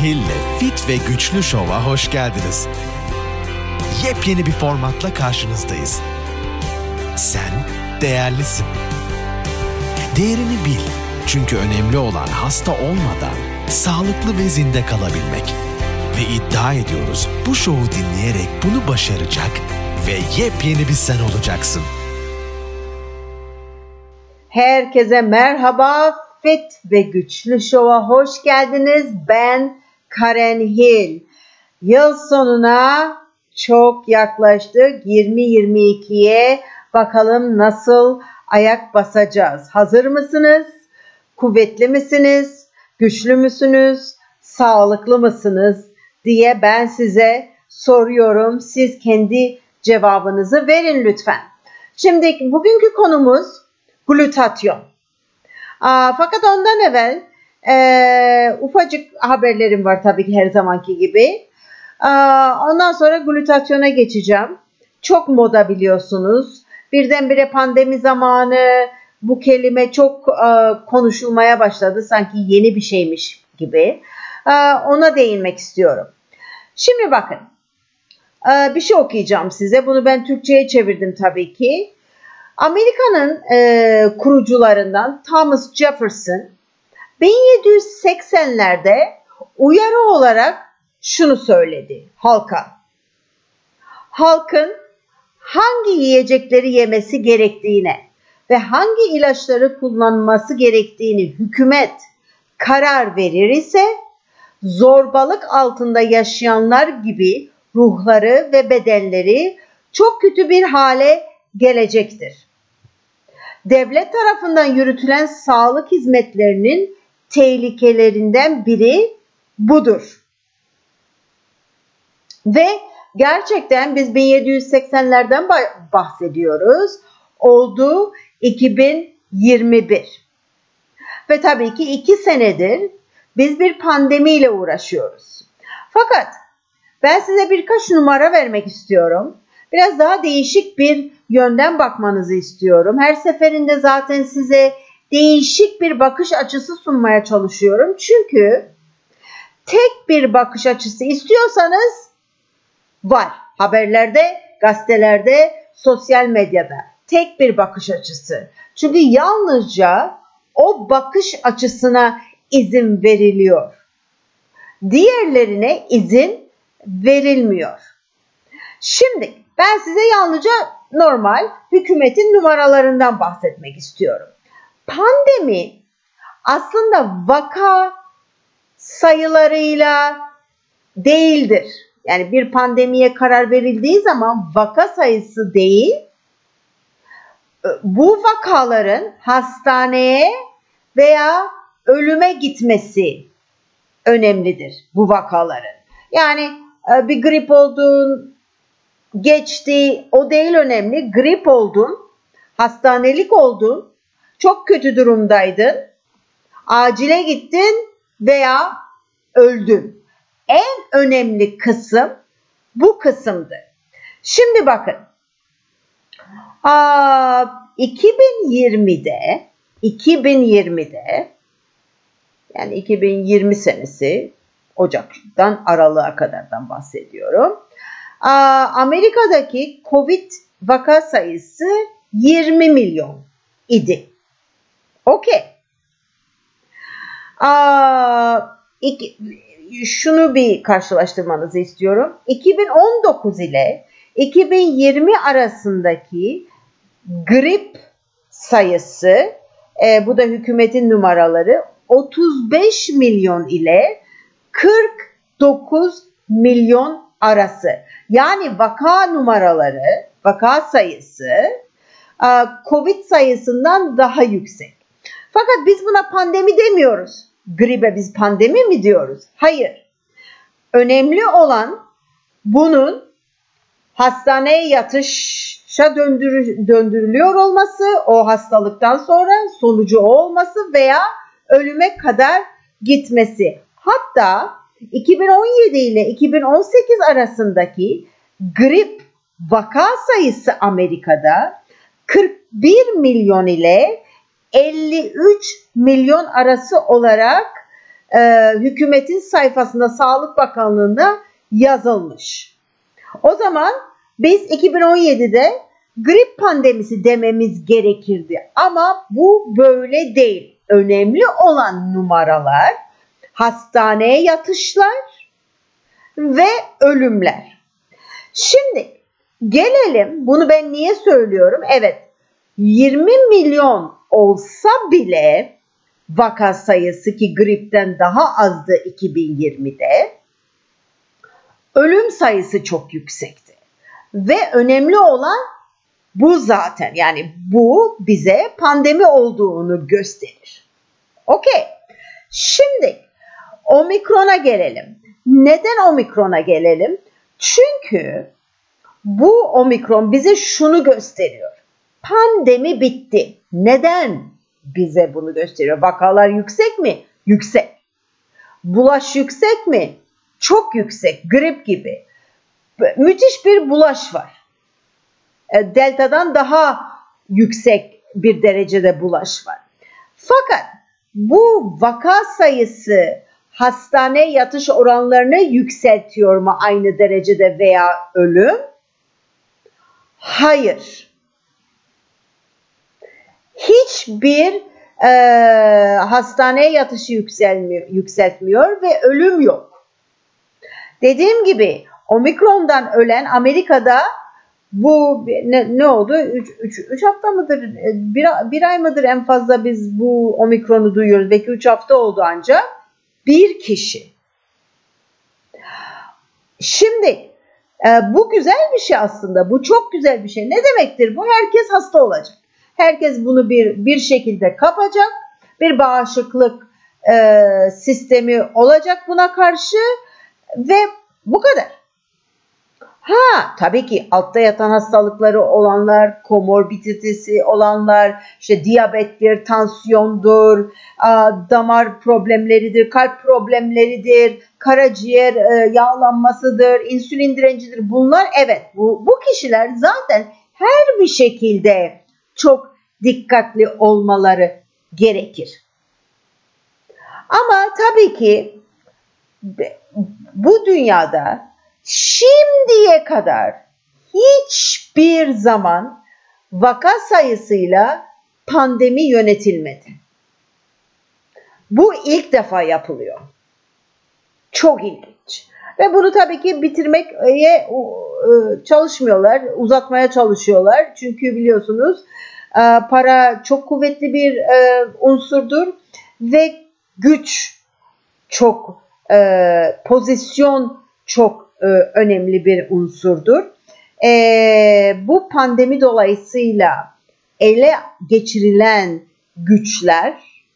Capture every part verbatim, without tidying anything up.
Hil'le Fit ve Güçlü Şov'a hoş geldiniz. Yepyeni bir formatla karşınızdayız. Sen değerlisin. Değerini bil. Çünkü önemli olan hasta olmadan sağlıklı ve zinde kalabilmek. Ve iddia ediyoruz bu şovu dinleyerek bunu başaracak ve yepyeni bir sen olacaksın. Herkese merhaba. Fit ve Güçlü Şov'a hoş geldiniz. Ben Karen Hill. Yıl sonuna çok yaklaştık. yirmi yirmi ikiye bakalım nasıl ayak basacağız. Hazır mısınız? Kuvvetli misiniz? Güçlü müsünüz? Sağlıklı mısınız? diye ben size soruyorum. Siz kendi cevabınızı verin lütfen. Şimdi bugünkü konumuz glutatyon. Aa, fakat ondan evvel e, ufacık haberlerim var tabii ki her zamanki gibi. Aa, ondan sonra glutatyona geçeceğim. Çok moda biliyorsunuz. Birdenbire pandemi zamanı bu kelime çok e, konuşulmaya başladı. Sanki yeni bir şeymiş gibi. E, ona değinmek istiyorum. Şimdi bakın. E, bir şey okuyacağım size. Bunu ben Türkçe'ye çevirdim tabii ki. Amerika'nın e, kurucularından Thomas Jefferson bin yedi yüz seksenlerde uyarı olarak şunu söyledi halka. Halkın hangi yiyecekleri yemesi gerektiğine ve hangi ilaçları kullanması gerektiğini hükümet karar verir ise zorbalık altında yaşayanlar gibi ruhları ve bedenleri çok kötü bir hale gelecektir. Devlet tarafından yürütülen sağlık hizmetlerinin tehlikelerinden biri budur. Ve gerçekten biz bin yedi yüz seksenlerden bahsediyoruz. Oldu iki bin yirmi bir. Ve tabii ki iki senedir biz bir pandemiyle uğraşıyoruz. Fakat ben size birkaç numara vermek istiyorum. Biraz daha değişik bir yönden bakmanızı istiyorum. Her seferinde zaten size değişik bir bakış açısı sunmaya çalışıyorum. Çünkü tek bir bakış açısı istiyorsanız var. Haberlerde, gazetelerde, sosyal medyada. Tek bir bakış açısı. Çünkü yalnızca o bakış açısına izin veriliyor. Diğerlerine izin verilmiyor. Şimdi ben size yalnızca normal hükümetin numaralarından bahsetmek istiyorum. Pandemi aslında vaka sayılarıyla değildir. Yani bir pandemiye karar verildiği zaman vaka sayısı değil, bu vakaların hastaneye veya ölüme gitmesi önemlidir bu vakaların. Yani bir grip olduğun geçti, o değil önemli. Grip oldun, hastanelik oldun, çok kötü durumdaydın, acile gittin veya öldün. En önemli kısım bu kısımdı. Şimdi bakın, aa, iki bin yirmide, iki bin yirmide yani iki bin yirmi senesi Ocak'tan Aralık'a kadardan bahsediyorum. Amerika'daki Covid vaka sayısı yirmi milyon idi. Okey. Şunu bir karşılaştırmanızı istiyorum. iki bin on dokuz ile iki bin yirmi arasındaki grip sayısı, e, bu da hükümetin numaraları, otuz beş milyon ile kırk dokuz milyon arası. Yani vaka numaraları, vaka sayısı Covid sayısından daha yüksek. Fakat biz buna pandemi demiyoruz. Gribe biz pandemi mi diyoruz? Hayır. Önemli olan bunun hastaneye yatışa döndür, döndürülüyor olması, o hastalıktan sonra sonucu o olması veya ölüme kadar gitmesi. Hatta iki bin on yedi ile iki bin on sekiz arasındaki grip vaka sayısı Amerika'da kırk bir milyon ile elli üç milyon arası olarak e, hükümetin sayfasında, Sağlık Bakanlığı'nda yazılmış. O zaman biz iki bin on yedide grip pandemisi dememiz gerekirdi. Ama bu böyle değil. Önemli olan numaralar, hastaneye yatışlar ve ölümler. Şimdi gelelim, bunu ben niye söylüyorum? Evet, yirmi milyon olsa bile vaka sayısı, ki gripten daha azdı iki bin yirmide, ölüm sayısı çok yüksekti. Ve önemli olan bu zaten. Yani bu bize pandemi olduğunu gösterir. Okey. Şimdi Omikron'a gelelim. Neden Omikron'a gelelim? Çünkü bu Omikron bize şunu gösteriyor. Pandemi bitti. Neden bize bunu gösteriyor? Vakalar yüksek mi? Yüksek. Bulaş yüksek mi? Çok yüksek. Grip gibi. Müthiş bir bulaş var. Delta'dan daha yüksek bir derecede bulaş var. Fakat bu vaka sayısı hastane yatış oranlarını yükseltiyor mu aynı derecede veya ölüm? Hayır. Hiçbir e, hastaneye yatışı yükselmiyor, yükseltmiyor ve ölüm yok. Dediğim gibi Omikron'dan ölen Amerika'da bu ne, ne oldu? üç hafta mıdır? Bir, bir ay mıdır en fazla biz bu Omikron'u duyuyoruz? Belki üç hafta oldu ancak. Bir kişi. Şimdi e, bu güzel bir şey aslında. Bu çok güzel bir şey. Ne demektir bu? Herkes hasta olacak. Herkes bunu bir bir şekilde kapacak. Bir bağışıklık e, sistemi olacak buna karşı ve bu kadar. Ha, tabii ki altta yatan hastalıkları olanlar, komorbiditesi olanlar, işte diyabettir, tansiyondur, damar problemleridir, kalp problemleridir, karaciğer yağlanmasıdır, insülin direncidir. Bunlar evet, bu, bu kişiler zaten her bir şekilde çok dikkatli olmaları gerekir. Ama tabii ki bu dünyada şimdiye kadar hiçbir zaman vaka sayısıyla pandemi yönetilmedi. Bu ilk defa yapılıyor. Çok ilginç. Ve bunu tabii ki bitirmeye çalışmıyorlar, uzatmaya çalışıyorlar. Çünkü biliyorsunuz para çok kuvvetli bir unsurdur ve güç çok, pozisyon çok önemli bir unsurdur. Bu pandemi dolayısıyla ele geçirilen güçler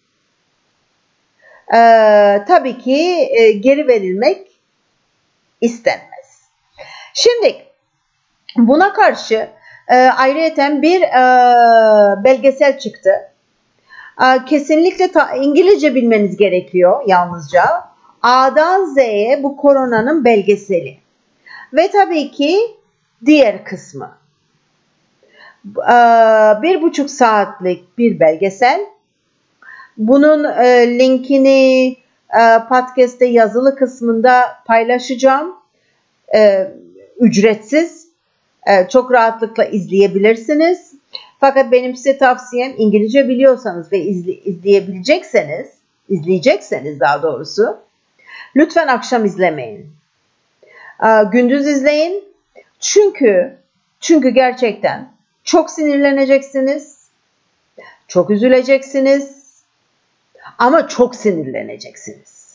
tabii ki geri verilmek istenmez. Şimdi buna karşı e, ayrıyeten bir e, belgesel çıktı. E, kesinlikle ta, İngilizce bilmeniz gerekiyor yalnızca. A'dan Z'ye bu koronanın belgeseli. Ve tabii ki diğer kısmı. E, bir buçuk saatlik bir belgesel. Bunun e, linkini e, podcast'te yazılı kısmında paylaşacağım. E, ücretsiz. E, çok rahatlıkla izleyebilirsiniz. Fakat benim size tavsiyem, İngilizce biliyorsanız ve izle, izleyebilecekseniz, izleyecekseniz daha doğrusu, lütfen akşam izlemeyin. E, gündüz izleyin. Çünkü çünkü gerçekten çok sinirleneceksiniz. Çok üzüleceksiniz. Ama çok sinirleneceksiniz.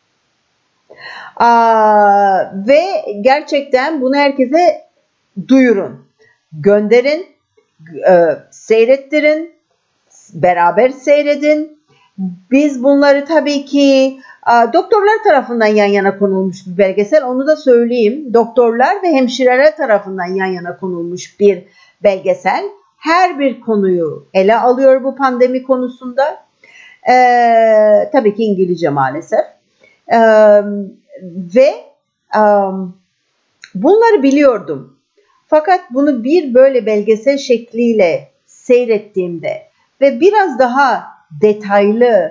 Aa, ve gerçekten bunu herkese duyurun. Gönderin, e, seyrettirin, beraber seyredin. Biz bunları tabii ki a, doktorlar tarafından yan yana konulmuş bir belgesel. Onu da söyleyeyim. Doktorlar ve hemşireler tarafından yan yana konulmuş bir belgesel. Her bir konuyu ele alıyor bu pandemi konusunda. Ee, tabii ki İngilizce maalesef. Ee, ve um, bunları biliyordum. Fakat bunu bir böyle belgesel şekliyle seyrettiğimde ve biraz daha detaylı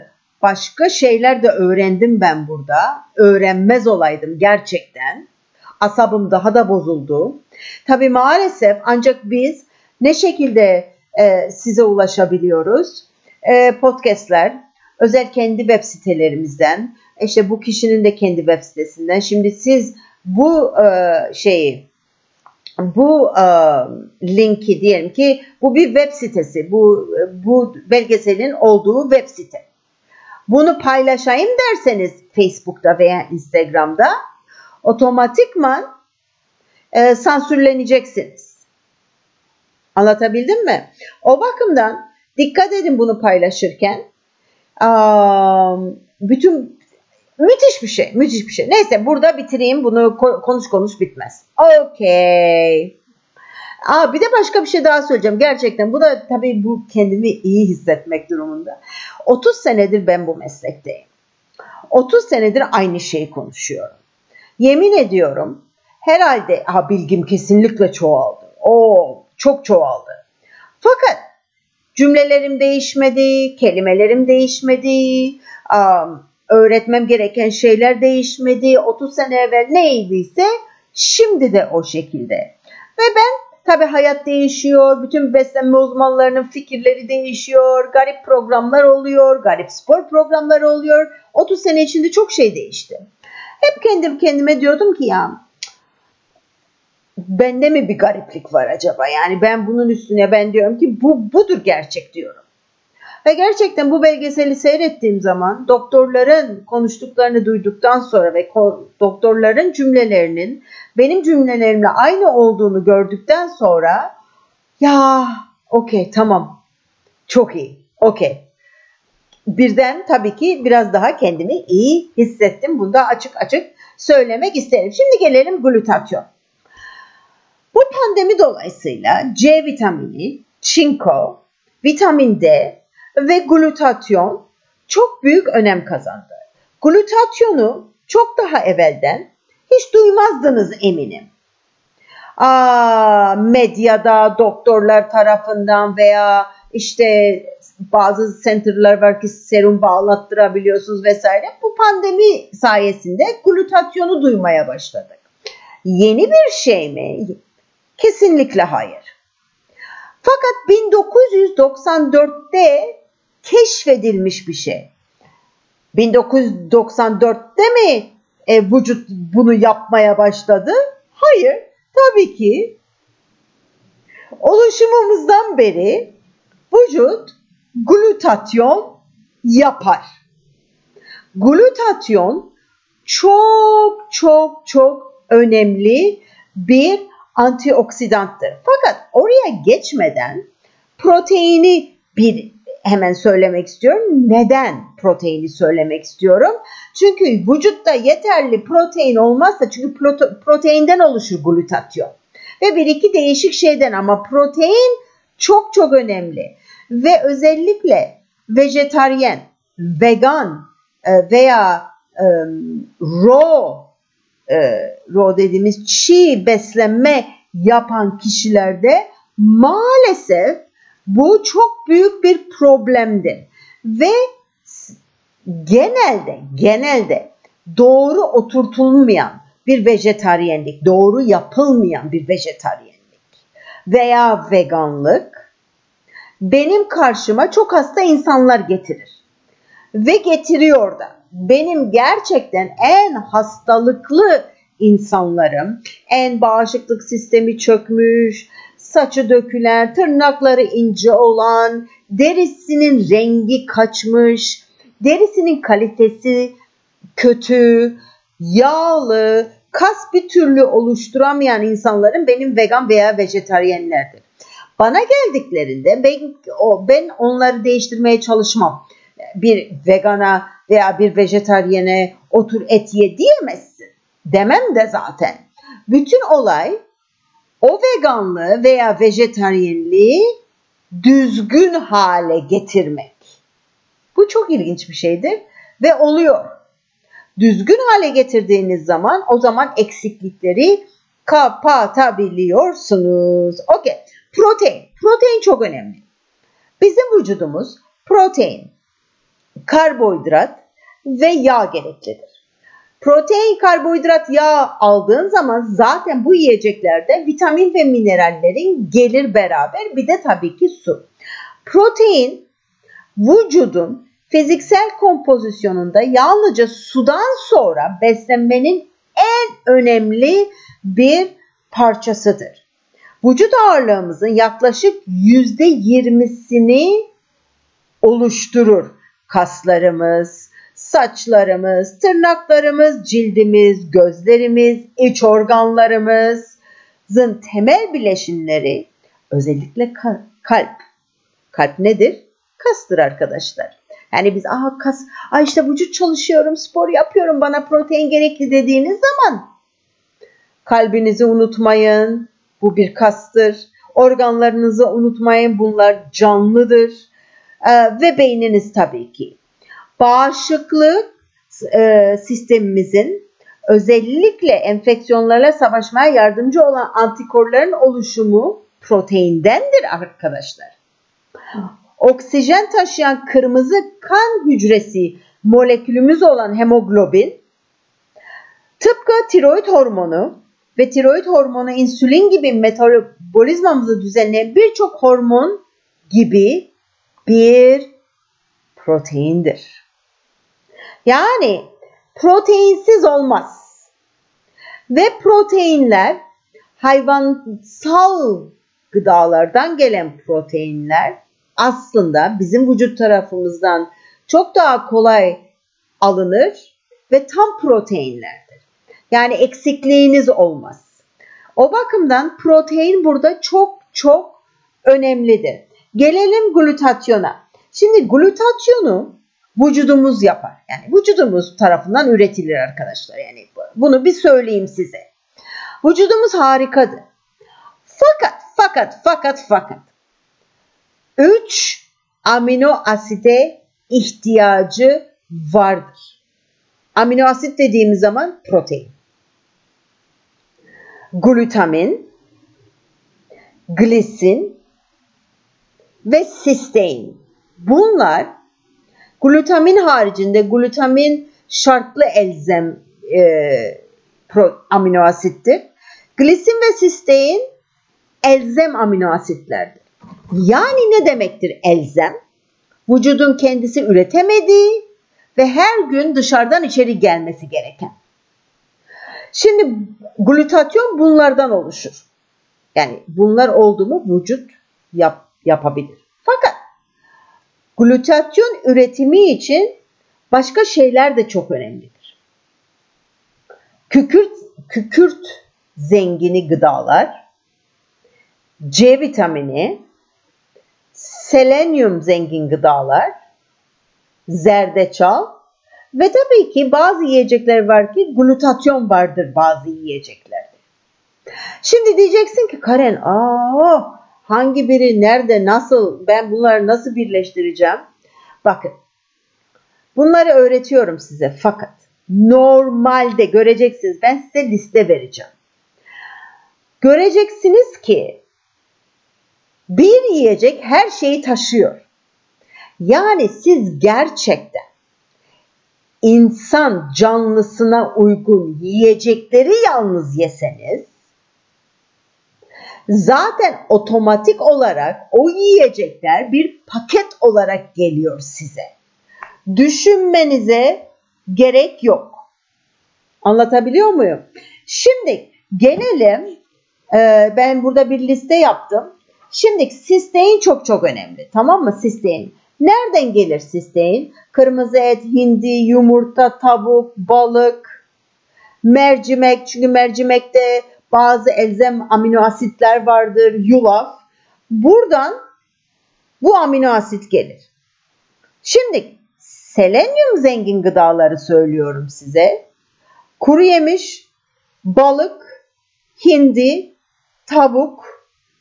başka şeyler de öğrendim ben burada. Öğrenmez olaydım gerçekten. Asabım daha da bozuldu. Tabii maalesef ancak biz ne şekilde e, size ulaşabiliyoruz? E, podcastler, özel kendi web sitelerimizden, işte bu kişinin de kendi web sitesinden. Şimdi siz bu e, şeyi, bu e, linki diyelim ki bu bir web sitesi, bu bu belgeselin olduğu web site. Bunu paylaşayım derseniz Facebook'ta veya Instagram'da otomatikman e, sansürleneceksiniz. Anlatabildim mi? O bakımdan dikkat edin bunu paylaşırken. Aa, bütün müthiş bir şey, müthiş bir şey. Neyse burada bitireyim. Bunu konuş konuş bitmez. Okey. Aa, bir de başka bir şey daha söyleyeceğim. Gerçekten bu da tabii bu kendimi iyi hissetmek durumunda. otuz senedir ben bu meslekteyim. otuz senedir aynı şeyi konuşuyorum. Yemin ediyorum herhalde ha, bilgim kesinlikle çoğaldı. Oo, çok çoğaldı. Fakat cümlelerim değişmedi, kelimelerim değişmedi, um, öğretmem gereken şeyler değişmedi. otuz sene evvel neydiyse şimdi de o şekilde. Ve ben tabii hayat değişiyor, bütün beslenme uzmanlarının fikirleri değişiyor, garip programlar oluyor, garip spor programları oluyor. otuz sene içinde çok şey değişti. Hep kendim kendime diyordum ki ya bende mi bir gariplik var acaba? Yani ben bunun üstüne ben diyorum ki bu budur gerçek diyorum. Ve gerçekten bu belgeseli seyrettiğim zaman doktorların konuştuklarını duyduktan sonra ve doktorların cümlelerinin benim cümlelerimle aynı olduğunu gördükten sonra ya okey tamam çok iyi okey. Birden tabii ki biraz daha kendimi iyi hissettim. Bunu da açık açık söylemek isterim. Şimdi gelelim glutatyon. Bu pandemi dolayısıyla C vitamini, çinko, vitamin D ve glutatyon çok büyük önem kazandı. Glutatyonu çok daha evvelden hiç duymazdınız eminim. Aa, medyada doktorlar tarafından veya işte bazı center'lar var ki serum bağlattırabiliyorsunuz vesaire. Bu pandemi sayesinde glutatyonu duymaya başladık. Yeni bir şey mi? Kesinlikle hayır. Fakat bin dokuz yüz doksan dörtte keşfedilmiş bir şey. bin dokuz yüz doksan dörtte mi e, vücut bunu yapmaya başladı? Hayır. Tabii ki oluşumumuzdan beri vücut glutatyon yapar. Glutatyon çok çok çok önemli bir antioksidanttır. Fakat oraya geçmeden proteini bir hemen söylemek istiyorum. Neden proteini söylemek istiyorum? Çünkü vücutta yeterli protein olmazsa çünkü proteinden oluşur glutatyon. Ve bir iki değişik şeyden ama protein çok çok önemli. Ve özellikle vejetaryen, vegan veya raw, raw dediğimiz çiğ beslenme yapan kişilerde maalesef bu çok büyük bir problemdir. Ve genelde genelde doğru oturtulmayan bir vejetaryenlik, doğru yapılmayan bir vejetaryenlik veya veganlık benim karşıma çok hasta insanlar getirir. Ve getiriyor da. Benim gerçekten en hastalıklı insanlarım, en bağışıklık sistemi çökmüş, saçı dökülen, tırnakları ince olan, derisinin rengi kaçmış, derisinin kalitesi kötü, yağlı, kas bir türlü oluşturamayan insanların benim vegan veya vejetaryenlerdir. Bana geldiklerinde ben, o, ben onları değiştirmeye çalışmam. Bir vegana veya bir vejetaryene otur et ye diyemezsin. Demem de zaten. Bütün olay o veganlığı veya vejetaryenliği düzgün hale getirmek. Bu çok ilginç bir şeydir ve oluyor. Düzgün hale getirdiğiniz zaman o zaman eksiklikleri kapatabiliyorsunuz. Okey. Protein. Protein çok önemli. Bizim vücudumuz protein, karbonhidrat ve yağ gereklidir. Protein, karbonhidrat, yağ aldığın zaman zaten bu yiyeceklerde vitamin ve minerallerin gelir beraber, bir de tabii ki su. Protein vücudun fiziksel kompozisyonunda yalnızca sudan sonra beslenmenin en önemli bir parçasıdır. Vücut ağırlığımızın yaklaşık yüzde yirmisini oluşturur. Kaslarımız, saçlarımız, tırnaklarımız, cildimiz, gözlerimiz, iç organlarımızın temel bileşimleri özellikle kalp. Kalp nedir? Kastır arkadaşlar. Yani biz aha kas, ay işte vücut çalışıyorum, spor yapıyorum, bana protein gerekli dediğiniz zaman kalbinizi unutmayın. Bu bir kastır. Organlarınızı unutmayın. Bunlar canlıdır. Ee, ve beyniniz tabii ki. Bağışıklık e, sistemimizin özellikle enfeksiyonlarla savaşmaya yardımcı olan antikorların oluşumu proteindendir arkadaşlar. Oksijen taşıyan kırmızı kan hücresi molekülümüz olan hemoglobin, tıpkı tiroid hormonu ve tiroid hormonu insülin gibi metabolizmamızı düzenleyen birçok hormon gibi bir proteindir. Yani proteinsiz olmaz. Ve proteinler hayvansal gıdalardan gelen proteinler aslında bizim vücut tarafımızdan çok daha kolay alınır ve tam proteinlerdir. Yani eksikliğiniz olmaz. O bakımdan protein burada çok çok önemlidir. Gelelim glutatyona. Şimdi glutatyonu vücudumuz yapar. Yani vücudumuz tarafından üretilir arkadaşlar. Yani bunu bir söyleyeyim size. Vücudumuz harikadır. Fakat fakat fakat fakat üç amino aside ihtiyacı vardır. Amino asit dediğimiz zaman protein, glutamin, glisin ve sistein. Bunlar glutamin haricinde glutamin şartlı elzem e, pro, amino asittir. Glisin ve sistein elzem amino asitlerdir. Yani ne demektir elzem? Vücudun kendisi üretemediği ve her gün dışarıdan içeri gelmesi gereken. Şimdi glutatyon bunlardan oluşur. Yani bunlar oldu mu vücut yap, yapabilir. Fakat glutatyon üretimi için başka şeyler de çok önemlidir. Kükürt, kükürt zengini gıdalar, C vitamini, selenyum zengin gıdalar, zerdeçal ve tabii ki bazı yiyecekler var ki glutatyon vardır bazı yiyeceklerde. Şimdi diyeceksin ki Karen, aa, hangi biri, nerede, nasıl, ben bunları nasıl birleştireceğim? Bakın, bunları öğretiyorum size fakat normalde göreceksiniz, ben size liste vereceğim. Göreceksiniz ki bir yiyecek her şeyi taşıyor. Yani siz gerçekten insan canlısına uygun yiyecekleri yalnız yeseniz zaten otomatik olarak o yiyecekler bir paket olarak geliyor size. Düşünmenize gerek yok. Anlatabiliyor muyum? Şimdi gelelim, ben burada bir liste yaptım. Şimdi sistein çok çok önemli. Tamam mı? Sistein. Nereden gelir sistein? Kırmızı et, hindi, yumurta, tavuk, balık, mercimek. Çünkü mercimekte bazı elzem amino asitler vardır. Yulaf. Buradan bu amino asit gelir. Şimdi selenyum zengin gıdaları söylüyorum size. Kuru yemiş, balık, hindi, tavuk,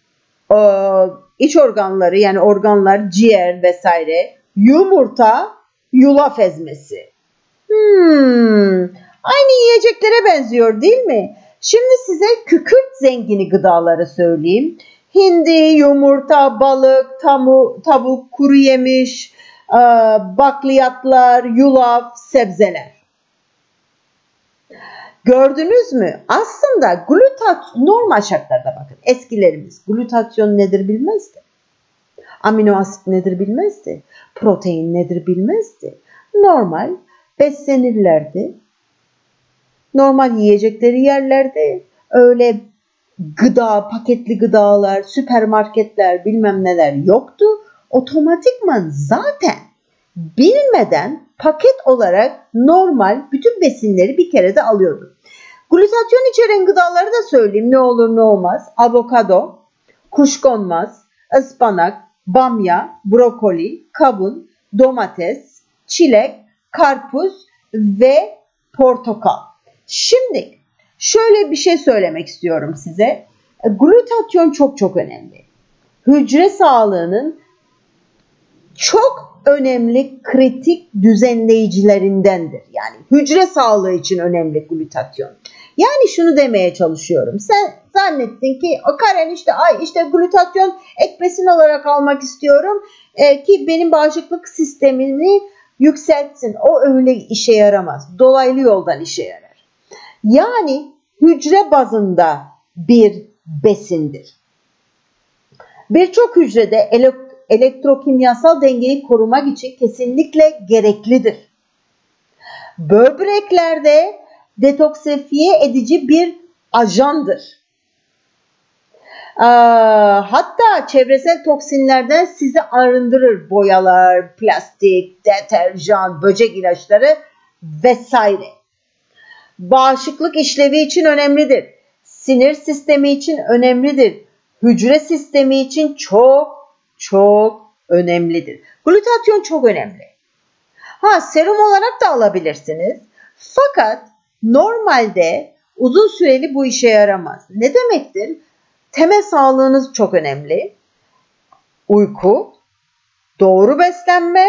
iç organları yani organlar, ciğer vesaire, yumurta, yulaf ezmesi. Hmm, aynı yiyeceklere benziyor değil mi? Şimdi size kükürt zengini gıdaları söyleyeyim. Hindi, yumurta, balık, tamu, tavuk, kuru yemiş, bakliyatlar, yulaf, sebzeler. Gördünüz mü? Aslında glutatyon, normal şartlarda bakın eskilerimiz glutatyon nedir bilmezdi. Amino asit nedir bilmezdi. Protein nedir bilmezdi. Normal beslenirlerdi. Normal yiyecekleri yerlerdi. Öyle gıda, paketli gıdalar, süpermarketler bilmem neler yoktu. Otomatikman zaten bilmeden paket olarak normal bütün besinleri bir kere de alıyordu. Glutatyon içeren gıdaları da söyleyeyim ne olur ne olmaz. Avokado, kuşkonmaz, ıspanak, bamya, brokoli, kavun, domates, çilek, karpuz ve portakal. Şimdi şöyle bir şey söylemek istiyorum size. Glutatyon çok çok önemli. Hücre sağlığının çok önemli kritik düzenleyicilerindendir. Yani hücre sağlığı için önemli glutatyon. Yani şunu demeye çalışıyorum. Sen zannettin ki o Karen işte ay işte glutatyon ek besin olarak almak istiyorum e, ki benim bağışıklık sistemini yükseltsin. O öyle işe yaramaz. Dolaylı yoldan işe yarar. Yani hücre bazında bir besindir. Birçok hücrede elektrik elektrokimyasal dengeyi korumak için kesinlikle gereklidir. Böbreklerde detoksifiye edici bir ajandır. Ee, hatta çevresel toksinlerden sizi arındırır. Boyalar, plastik, deterjan, böcek ilaçları vesaire. Bağışıklık işlevi için önemlidir. Sinir sistemi için önemlidir. Hücre sistemi için çok çok önemlidir. Glutatyon çok önemli. Ha serum olarak da alabilirsiniz. Fakat normalde uzun süreli bu işe yaramaz. Ne demektir? Temel sağlığınız çok önemli. Uyku, doğru beslenme,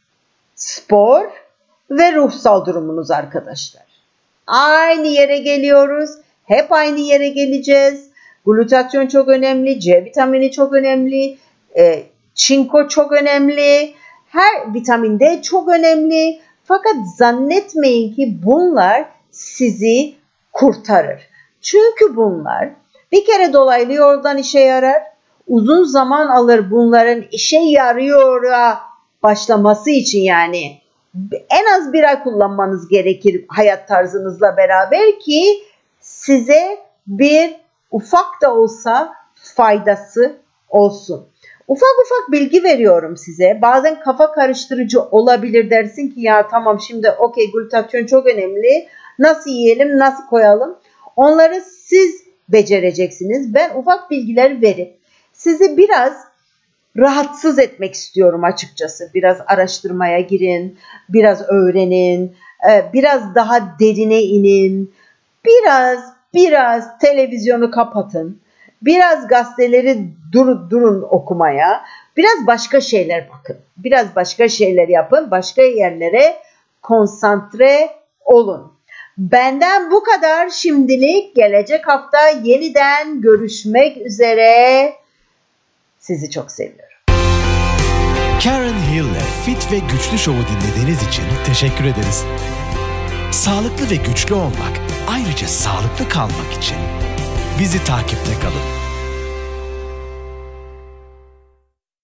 spor ve ruhsal durumunuz arkadaşlar. Aynı yere geliyoruz. Hep aynı yere geleceğiz. Glutatyon çok önemli. C vitamini çok önemli. E, çinko çok önemli. Her vitamin D çok önemli. Fakat zannetmeyin ki bunlar sizi kurtarır. Çünkü bunlar bir kere dolaylı yoldan işe yarar. Uzun zaman alır bunların işe yarıyor başlaması için yani. En az bir ay kullanmanız gerekir hayat tarzınızla beraber ki size bir ufak da olsa faydası olsun. Ufak ufak bilgi veriyorum size. Bazen kafa karıştırıcı olabilir, dersin ki ya tamam şimdi okey glutatyon çok önemli. Nasıl yiyelim, nasıl koyalım? Onları siz becereceksiniz. Ben ufak bilgiler verip sizi biraz rahatsız etmek istiyorum açıkçası. Biraz araştırmaya girin, biraz öğrenin, biraz daha derine inin. Biraz biraz televizyonu kapatın. Biraz gazeteleri dur, durun okumaya. Biraz başka şeyler bakın. Biraz başka şeyler yapın. Başka yerlere konsantre olun. Benden bu kadar şimdilik. Gelecek hafta yeniden görüşmek üzere. Sizi çok seviyorum. Karen Hill'le Fit ve Güçlü Show'u dinlediğiniz için teşekkür ederiz. Sağlıklı ve güçlü olmak, ayrıca sağlıklı kalmak için bizi takipte kalın.